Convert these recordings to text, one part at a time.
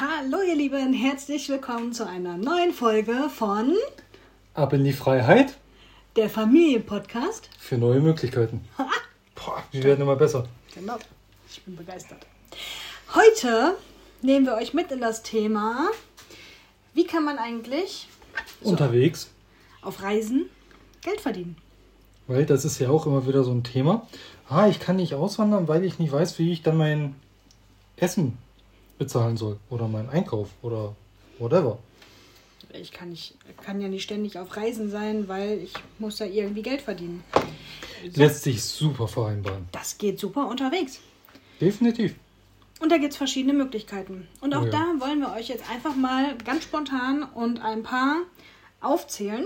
Hallo ihr Lieben, herzlich willkommen zu einer neuen Folge von Ab in die Freiheit. Der Familienpodcast. Für neue Möglichkeiten. Boah, wir werden immer besser. Genau, ich bin begeistert. Heute nehmen wir euch mit in das Thema, wie kann man eigentlich Unterwegs. auf Reisen Geld verdienen. Weil das ist ja auch immer wieder so ein Thema. Ich kann nicht auswandern, weil ich nicht weiß, wie ich dann mein Essen bezahlen soll. Oder meinen Einkauf oder whatever. Ich kann ja nicht ständig auf Reisen sein, weil ich muss ja irgendwie Geld verdienen. Lässt sich super vereinbaren. Das geht super unterwegs. Definitiv. Und da gibt es verschiedene Möglichkeiten. Und auch Oh ja. da wollen wir euch jetzt einfach mal ganz spontan und ein paar aufzählen.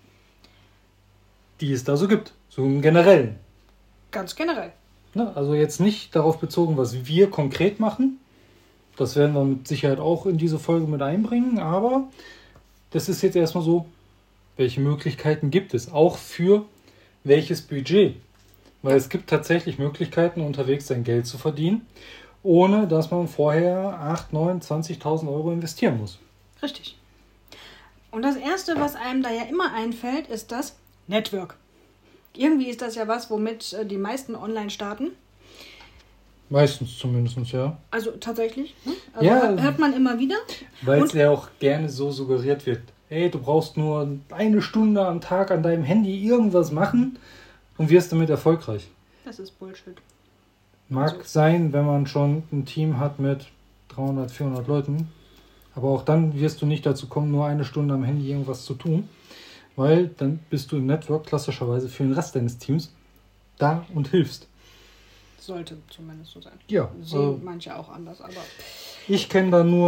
Die es da so gibt. So im Generellen. Ganz generell. Ne? Also jetzt nicht darauf bezogen, was wir konkret machen. Das werden wir mit Sicherheit auch in diese Folge mit einbringen. Aber das ist jetzt erstmal so, welche Möglichkeiten gibt es? Auch für welches Budget? Weil es gibt tatsächlich Möglichkeiten, unterwegs sein Geld zu verdienen, ohne dass man vorher 8, 9, 20.000 Euro investieren muss. Richtig. Und das Erste, was einem da ja immer einfällt, ist das Network. Irgendwie ist das ja was, womit die meisten online starten. Meistens zumindest, ja. Also tatsächlich. Ne? Also Ja. hört man immer wieder. Weil es Und- ja auch gerne so suggeriert wird. Hey, du brauchst nur 1 Stunde am Tag an deinem Handy irgendwas machen und wirst damit erfolgreich. Das ist Bullshit. Mag Also- sein, wenn man schon ein Team hat mit 300, 400 Leuten. Aber auch dann wirst du nicht dazu kommen, nur 1 Stunde am Handy irgendwas zu tun. Weil dann bist du im Network klassischerweise für den Rest deines Teams da und hilfst. Sollte zumindest so sein. Ja, Sehen manche auch anders, aber ich kenne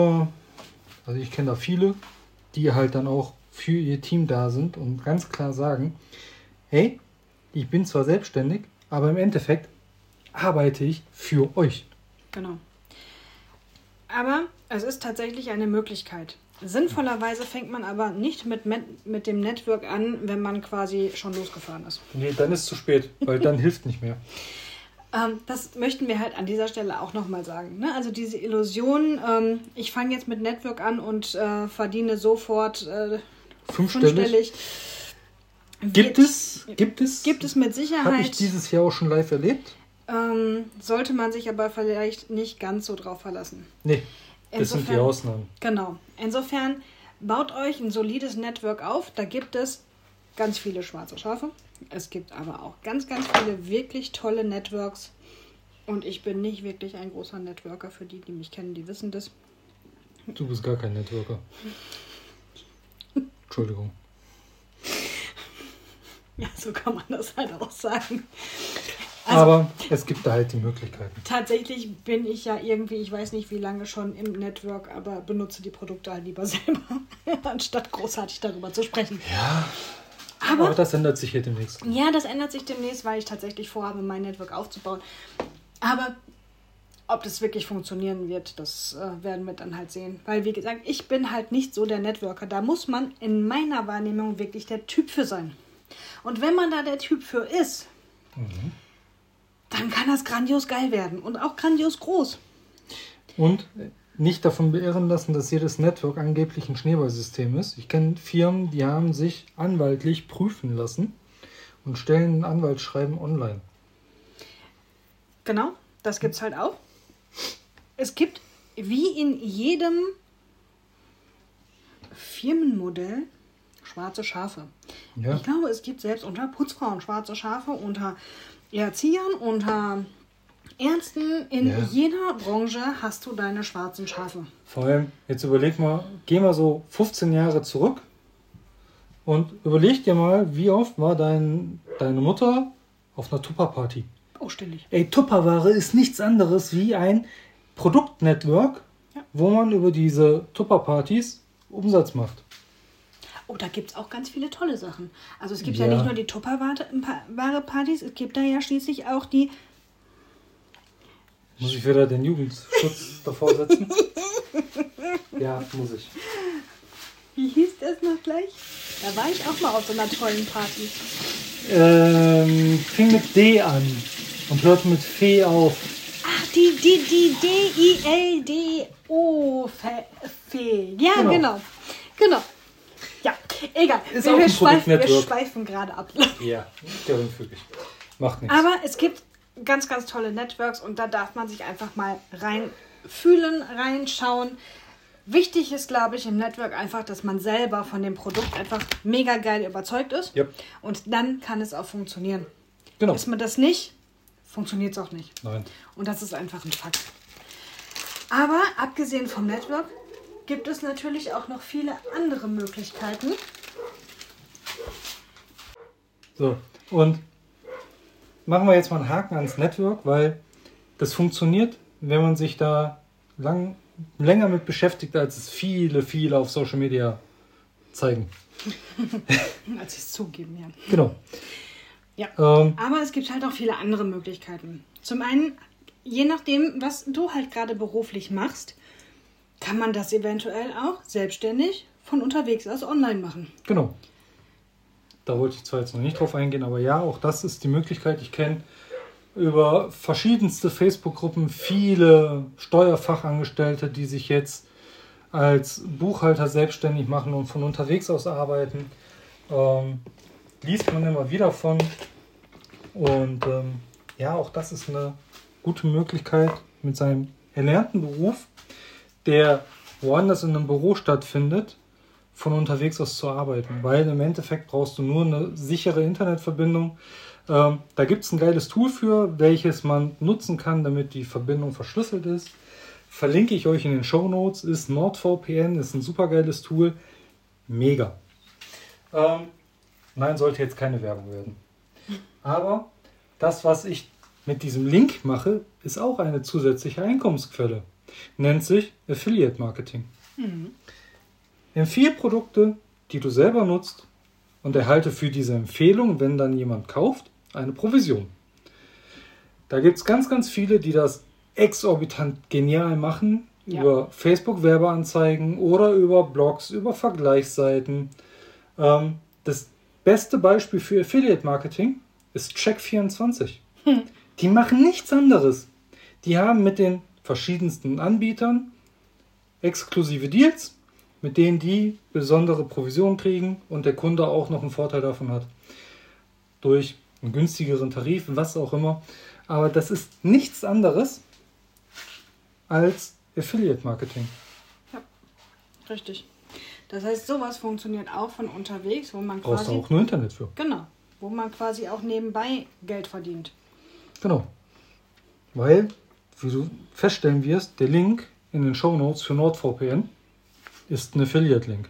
da viele, die halt dann auch für ihr Team da sind und ganz klar sagen, hey, ich bin zwar selbstständig, aber im Endeffekt arbeite ich für euch. genau. Aber es ist tatsächlich eine Möglichkeit. Sinnvollerweise fängt man aber nicht mit dem Network an, wenn man quasi schon losgefahren ist. Nee, dann ist es zu spät, weil dann hilft nicht mehr. Das möchten wir halt an dieser Stelle auch nochmal sagen. Ne? Also diese Illusion, ich fange jetzt mit Network an und verdiene sofort fünfstellig. Gibt es Gibt es mit Habe ich Sicherheit. dieses Jahr auch schon live erlebt? Sollte man sich aber vielleicht nicht ganz so drauf verlassen. Nee, das sind die Insofern- Ausnahmen. Genau. Insofern baut euch ein solides Network auf. Da gibt es ganz viele schwarze Schafe. Es gibt aber auch ganz, ganz viele wirklich tolle Networks. Und ich bin nicht wirklich ein großer Networker. Für die mich kennen, die wissen das. Du bist gar kein Networker. Entschuldigung. Ja, so kann man das halt auch sagen. Also- Aber es gibt da halt die Möglichkeiten. Tatsächlich bin ich ja irgendwie, ich weiß nicht wie lange schon im Network, aber benutze die Produkte halt lieber selber, anstatt großartig darüber zu sprechen. Ja, Aber aber das ändert sich hier demnächst. ja, das ändert sich demnächst, weil ich tatsächlich vorhabe, mein Network aufzubauen. Aber ob das wirklich funktionieren wird, das werden wir dann halt sehen. Weil, wie gesagt, ich bin halt nicht so der Networker. Da muss man in meiner Wahrnehmung wirklich der Typ für sein. Und wenn man da der Typ für ist, dann kann das grandios geil werden und auch grandios groß. Und nicht davon beirren lassen, dass jedes Network angeblich ein Schneeballsystem ist. Ich kenne Firmen, die haben sich anwaltlich prüfen lassen und stellen ein Anwaltsschreiben online. Genau, das gibt's halt auch. Es gibt, wie in jedem Firmenmodell, schwarze Schafe. Ja. Ich glaube, es gibt selbst unter Putzfrauen schwarze Schafe, unter Erziehern, unter Ärzten. In Ja. jeder Branche hast du deine schwarzen Schafe. Vor allem, jetzt überleg mal, geh mal so 15 Jahre zurück und überleg dir mal, wie oft war deine Mutter auf einer Tupperparty. Oh, ständig. Ey, Tupperware ist nichts anderes wie ein Produktnetwork, Ja. wo man über diese Tupperpartys Umsatz macht. Oh, da gibt es auch ganz viele tolle Sachen. Also es gibt ja Ja. nicht nur die Tupperware-Partys, es gibt da ja schließlich auch die... Muss ich wieder den Jugendschutz davor setzen? Ja, muss ich. Wie hieß das noch gleich? Da war ich auch mal auf so einer tollen Party. Fing mit D an und hört mit Fee auf. Ach, die DILDO-Fee. Ja, genau. Ja, egal. Ist auch ein Produktnetwork. Wir schweifen gerade ab. Ja, geringfügig. Macht nichts. Aber es gibt ganz, ganz tolle Networks und da darf man sich einfach mal reinfühlen, reinschauen. Wichtig ist, glaube ich, im Network einfach, dass man selber von dem Produkt einfach mega geil überzeugt ist. Yep. Und dann kann es auch funktionieren. Genau. Ist man das nicht, funktioniert es auch nicht. Nein. Und das ist einfach ein Fakt. Aber abgesehen vom Network gibt es natürlich auch noch viele andere Möglichkeiten. So, und machen wir jetzt mal einen Haken ans Network, weil das funktioniert, wenn man sich da länger mit beschäftigt, als es viele auf Social Media zeigen. Als sie es zugeben, ja. Genau. Ja, aber es gibt halt auch viele andere Möglichkeiten. Zum einen, je nachdem, was du halt gerade beruflich machst, kann man das eventuell auch selbstständig von unterwegs aus online machen. Genau. Da wollte ich zwar jetzt noch nicht drauf eingehen, aber ja, auch das ist die Möglichkeit. Ich kenne über verschiedenste Facebook-Gruppen viele Steuerfachangestellte, die sich jetzt als Buchhalter selbstständig machen und von unterwegs aus arbeiten. Liest man immer wieder von. Und ja, auch das ist eine gute Möglichkeit, mit seinem erlernten Beruf, der woanders in einem Büro stattfindet, von unterwegs aus zu arbeiten. Weil im Endeffekt brauchst du nur eine sichere Internetverbindung. Da gibt es ein geiles Tool für, welches man nutzen kann, damit die Verbindung verschlüsselt ist. Verlinke ich euch in den Shownotes. Ist NordVPN, ist ein super geiles Tool. Mega. Nein, sollte jetzt keine Werbung werden. Aber das, was ich mit diesem Link mache, ist auch eine zusätzliche Einkommensquelle. Nennt sich Affiliate Marketing. Empfehle Produkte, die du selber nutzt und erhalte für diese Empfehlung, wenn dann jemand kauft, eine Provision. Da gibt es ganz, ganz viele, die das exorbitant genial machen, über Facebook-Werbeanzeigen oder über Blogs, über Vergleichsseiten. Das beste Beispiel für Affiliate-Marketing ist Check24. Die machen nichts anderes. Die haben mit den verschiedensten Anbietern exklusive Deals, mit denen die besondere Provision kriegen und der Kunde auch noch einen Vorteil davon hat. Durch einen günstigeren Tarif, was auch immer. Aber das ist nichts anderes als Affiliate-Marketing. Ja, richtig. Das heißt, sowas funktioniert auch von unterwegs, wo man Brauchst du auch nur Internet für. Genau, wo man quasi auch nebenbei Geld verdient. Genau. Weil, wie du feststellen wirst, der Link in den Shownotes für NordVPN ist ein Affiliate-Link.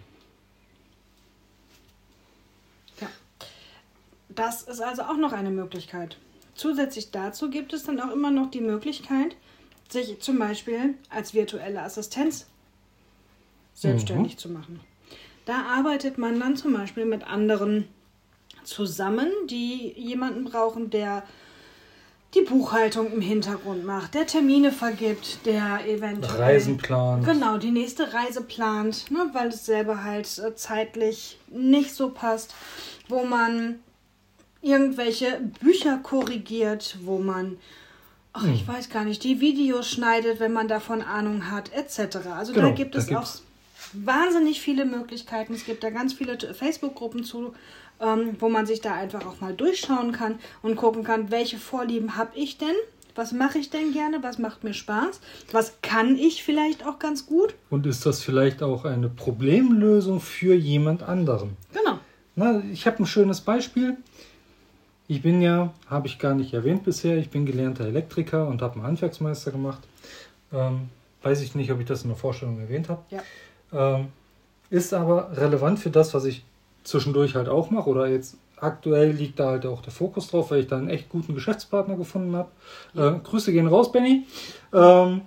Ja. Das ist also auch noch eine Möglichkeit. Zusätzlich dazu gibt es dann auch immer noch die Möglichkeit, sich zum Beispiel als virtuelle Assistenz selbstständig zu machen. Da arbeitet man dann zum Beispiel mit anderen zusammen, die jemanden brauchen, der die Buchhaltung im Hintergrund macht, der Termine vergibt, der eventuell Reisen plant. Genau, die nächste Reise plant, ne, weil es selber halt zeitlich nicht so passt, wo man irgendwelche Bücher korrigiert, wo man, ich weiß gar nicht, die Videos schneidet, wenn man davon Ahnung hat, etc. Also Genau, da gibt es auch wahnsinnig viele Möglichkeiten. Es gibt da ganz viele Facebook-Gruppen zu, wo man sich da einfach auch mal durchschauen kann und gucken kann, welche Vorlieben habe ich denn? Was mache ich denn gerne? Was macht mir Spaß? Was kann ich vielleicht auch ganz gut? Und ist das vielleicht auch eine Problemlösung für jemand anderen? Genau. Na, ich habe ein schönes Beispiel. Ich bin ja, habe ich gar nicht erwähnt bisher, ich bin gelernter Elektriker und habe einen Handwerksmeister gemacht. Weiß ich nicht, ob ich das in der Vorstellung erwähnt habe. Ja. Ist aber relevant für das, was ich zwischendurch halt auch mache. Oder jetzt aktuell liegt da halt auch der Fokus drauf, weil ich da einen echt guten Geschäftspartner gefunden habe. Grüße gehen raus, Benny. Für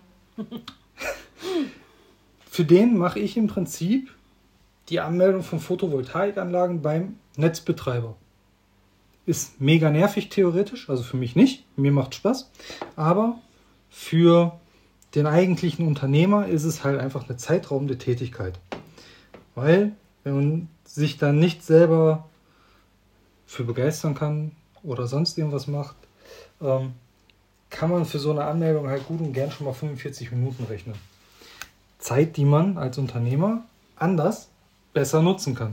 den mache ich im Prinzip die Anmeldung von Photovoltaikanlagen beim Netzbetreiber. Ist mega nervig theoretisch, also für mich nicht. Mir macht Spaß. Aber für den eigentlichen Unternehmer ist es halt einfach eine zeitraubende Tätigkeit. Weil, wenn man sich dann nicht selber für begeistern kann oder sonst irgendwas macht, kann man für so eine Anmeldung halt gut und gern schon mal 45 Minuten rechnen. Zeit, die man als Unternehmer anders besser nutzen kann.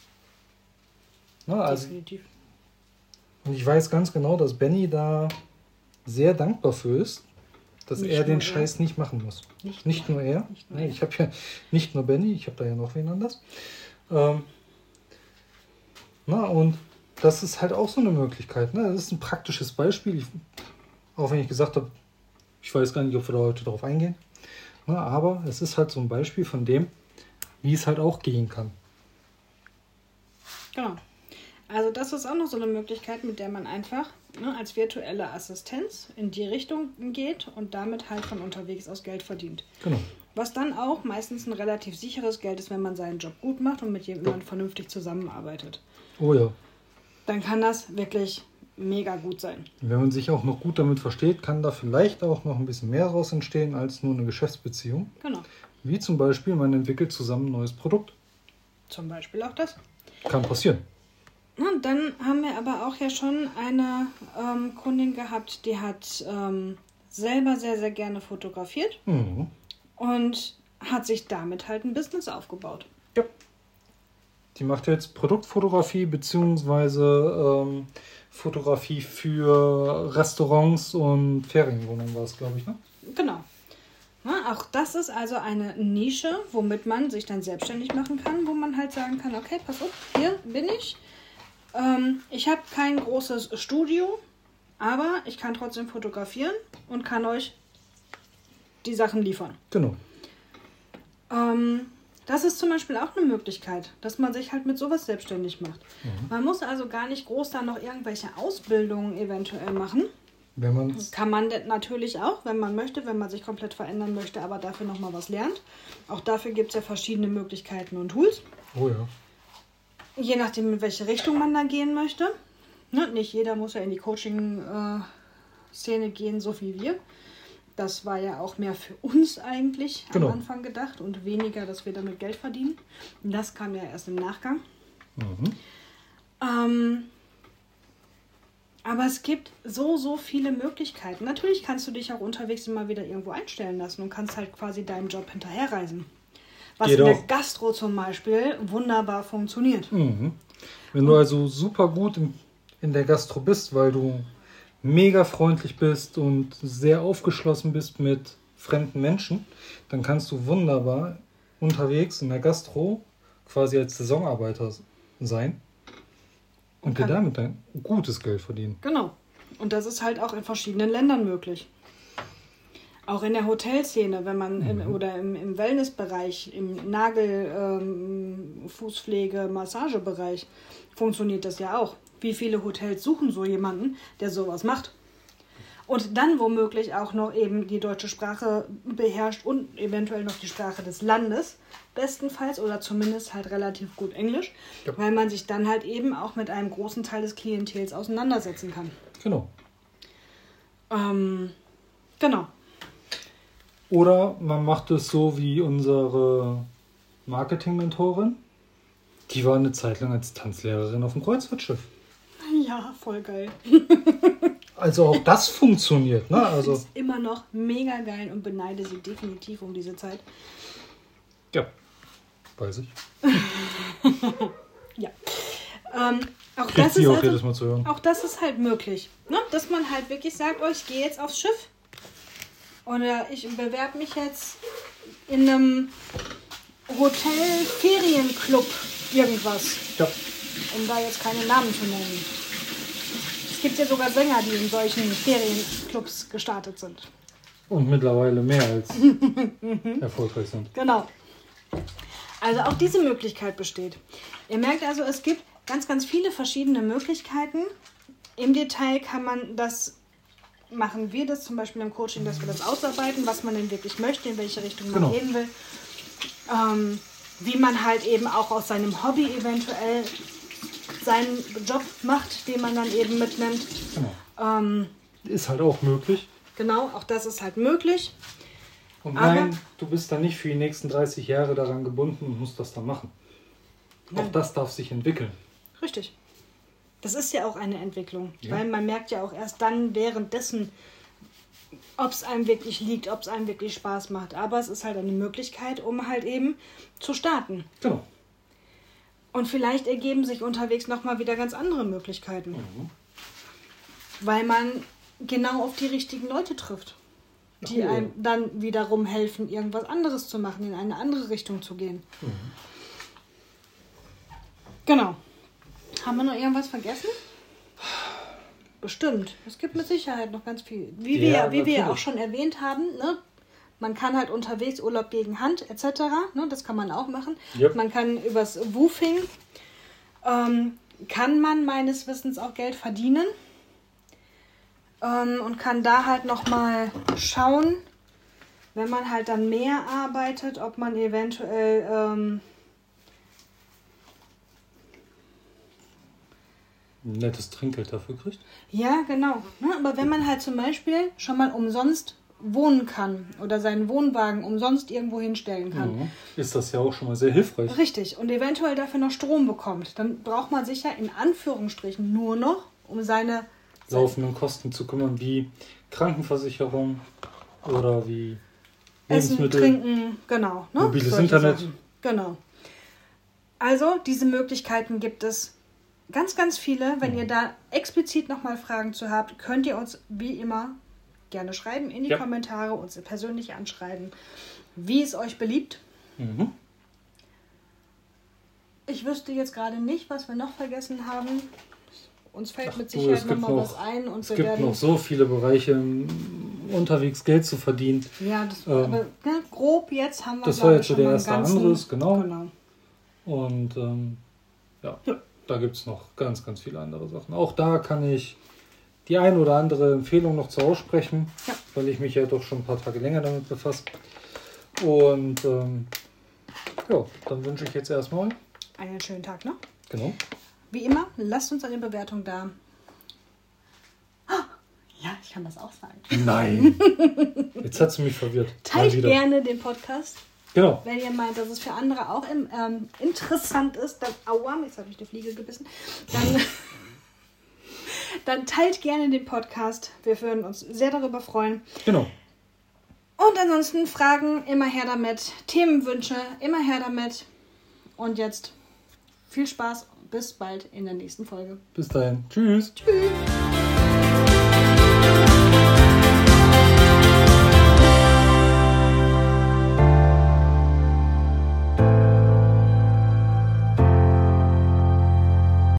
Na, also, Definitiv. und ich weiß ganz genau, dass Benny da sehr dankbar für ist, dass Nicht er den nur er. Scheiß nicht machen muss. Nicht nur er. Nicht nur Nee, er. ich habe ja nicht nur Benny, ich habe da ja noch wen anders. Und das ist halt auch so eine Möglichkeit. Ne? Das ist ein praktisches Beispiel. Auch wenn ich gesagt habe, ich weiß gar nicht, ob wir da heute drauf eingehen. Aber es ist halt so ein Beispiel von dem, wie es halt auch gehen kann. Genau. Also das ist auch noch so eine Möglichkeit, mit der man einfach als virtuelle Assistenz in die Richtung geht und damit halt von unterwegs aus Geld verdient. Genau. Was dann auch meistens ein relativ sicheres Geld ist, wenn man seinen Job gut macht und mit jemandem vernünftig zusammenarbeitet. Oh ja. Dann kann das wirklich mega gut sein. Wenn man sich auch noch gut damit versteht, kann da vielleicht auch noch ein bisschen mehr raus entstehen als nur eine Geschäftsbeziehung. Genau. Wie zum Beispiel, man entwickelt zusammen ein neues Produkt. Zum Beispiel auch das. Kann passieren. Und dann haben wir aber auch ja schon eine Kundin gehabt, die hat selber sehr, sehr gerne fotografiert Mhm. und hat sich damit halt ein Business aufgebaut. Ja. Die macht jetzt Produktfotografie bzw. Fotografie für Restaurants und Ferienwohnungen war es, glaube ich, ne? Genau. Auch das ist also eine Nische, womit man sich dann selbstständig machen kann, wo man halt sagen kann, okay, pass auf, hier bin ich. Ich habe kein großes Studio, aber ich kann trotzdem fotografieren und kann euch die Sachen liefern. Genau. Das ist zum Beispiel auch eine Möglichkeit, dass man sich halt mit sowas selbstständig macht. Mhm. Man muss also gar nicht groß da noch irgendwelche Ausbildungen eventuell machen. Wenn man Das kann man natürlich auch, wenn man möchte, wenn man sich komplett verändern möchte, aber dafür nochmal was lernt. Auch dafür gibt es ja verschiedene Möglichkeiten und Tools. Oh ja. Je nachdem, in welche Richtung man da gehen möchte. Nicht jeder muss ja in die Coaching-Szene gehen, so wie wir. Das war ja auch mehr für uns eigentlich Genau. am Anfang gedacht und weniger, dass wir damit Geld verdienen. Das kam ja erst im Nachgang. Mhm. Aber es gibt so viele Möglichkeiten. Natürlich kannst du dich auch unterwegs immer wieder irgendwo einstellen lassen und kannst halt quasi deinem Job hinterherreisen. Was Geht in der auch. Gastro zum Beispiel wunderbar funktioniert. Mhm. Wenn du also super gut in der Gastro bist, weil du mega freundlich bist und sehr aufgeschlossen bist mit fremden Menschen, dann kannst du wunderbar unterwegs in der Gastro quasi als Saisonarbeiter sein und dir damit ein gutes Geld verdienen. Genau. Und das ist halt auch in verschiedenen Ländern möglich. Auch in der Hotelszene, wenn man oder im Wellnessbereich, im Fußpflege, Massagebereich funktioniert das ja auch. Wie viele Hotels suchen so jemanden, der sowas macht? Und dann womöglich auch noch eben die deutsche Sprache beherrscht und eventuell noch die Sprache des Landes, bestenfalls, oder zumindest halt relativ gut Englisch, Ja. weil man sich dann halt eben auch mit einem großen Teil des Klientels auseinandersetzen kann. Genau. Genau. Oder man macht es so wie unsere Marketing-Mentorin. Die war eine Zeit lang als Tanzlehrerin auf dem Kreuzfahrtschiff. Ja, voll geil. Also auch das funktioniert, ne? Also Ist immer noch mega geil und beneide sie definitiv um diese Zeit. ja, weiß ich. Ja. Auch Kriegt das sie ist auch also, jedes Mal zu hören. auch das ist halt möglich. Ne? Dass man halt wirklich sagt, oh, ich gehe jetzt aufs Schiff. Oder ich bewerbe mich jetzt in einem Hotel-Ferienclub irgendwas. Ja. Um da jetzt keine Namen zu nennen. Es gibt ja sogar Sänger, die in solchen Ferienclubs gestartet sind. Und mittlerweile mehr als erfolgreich sind. Genau. Also auch diese Möglichkeit besteht. Ihr merkt also, es gibt ganz, ganz viele verschiedene Möglichkeiten. Im Detail kann man das, machen wir das zum Beispiel im Coaching, dass wir das ausarbeiten, was man denn wirklich möchte, in welche Richtung man Genau. gehen will. Wie man halt eben auch aus seinem Hobby eventuell seinen Job macht, den man dann eben mitnimmt. Genau. Ist halt auch möglich. Genau, auch das ist halt möglich. Und Aber- nein, du bist dann nicht für die nächsten 30 Jahre daran gebunden und musst das dann machen. Nein. Auch das darf sich entwickeln. Richtig. Das ist ja auch eine Entwicklung, Ja. weil man merkt ja auch erst dann währenddessen, ob es einem wirklich liegt, ob es einem wirklich Spaß macht. Aber es ist halt eine Möglichkeit, um halt eben zu starten. Genau. Und vielleicht ergeben sich unterwegs nochmal wieder ganz andere Möglichkeiten. Weil man genau auf die richtigen Leute trifft, die einem dann wiederum helfen, irgendwas anderes zu machen, in eine andere Richtung zu gehen. Genau. Haben wir noch irgendwas vergessen? Bestimmt. Es gibt mit Sicherheit noch ganz viel. Wie wir ja auch schon erwähnt haben, ne? Man kann halt unterwegs Urlaub gegen Hand etc., ne? Das kann man auch machen. Yep. Man kann übers Woofing, kann man meines Wissens auch Geld verdienen und kann da halt nochmal schauen, wenn man halt dann mehr arbeitet, ob man eventuell ein nettes Trinkgeld dafür kriegt. Ja, genau. Ne? Aber wenn man halt zum Beispiel schon mal umsonst wohnen kann oder seinen Wohnwagen umsonst irgendwo hinstellen kann. Ist das ja auch schon mal sehr hilfreich. Richtig. Und eventuell dafür noch Strom bekommt. Dann braucht man sich ja in Anführungsstrichen nur noch um seine laufenden Kosten zu kümmern, wie Krankenversicherung oder wie Essen, Lebensmittel, Trinken, genau. Ne? mobiles Solche Internet. Sachen. Genau. Also diese Möglichkeiten gibt es ganz, ganz viele. Wenn ihr da explizit nochmal Fragen zu habt, könnt ihr uns wie immer gerne schreiben in die Kommentare, uns persönlich anschreiben, wie es euch beliebt. Ich wüsste jetzt gerade nicht, was wir noch vergessen haben. Uns fällt mit Sicherheit nochmal was ein. Und es gibt noch so viele Bereiche, unterwegs Geld zu verdienen. Ja, aber ne, grob jetzt haben wir das war jetzt so der erste Anriss, genau. Und da gibt es noch ganz, ganz viele andere Sachen. Auch da kann ich die ein oder andere Empfehlung noch zu aussprechen, weil ich mich ja doch schon ein paar Tage länger damit befasse. Und dann wünsche ich jetzt erstmal einen schönen Tag, ne? Genau. Wie immer, lasst uns eine Bewertung da. Ja, ich kann das auch sagen. Nein. Jetzt hat sie mich verwirrt. Teilt gerne den Podcast. Genau. Wenn ihr meint, dass es für andere auch interessant ist, dann, aua, jetzt habe ich die Fliege gebissen, dann teilt gerne den Podcast. Wir würden uns sehr darüber freuen. Genau. Und ansonsten Fragen, immer her damit. Themenwünsche, immer her damit. Und jetzt viel Spaß. Bis bald in der nächsten Folge. Bis dahin. Tschüss. Tschüss.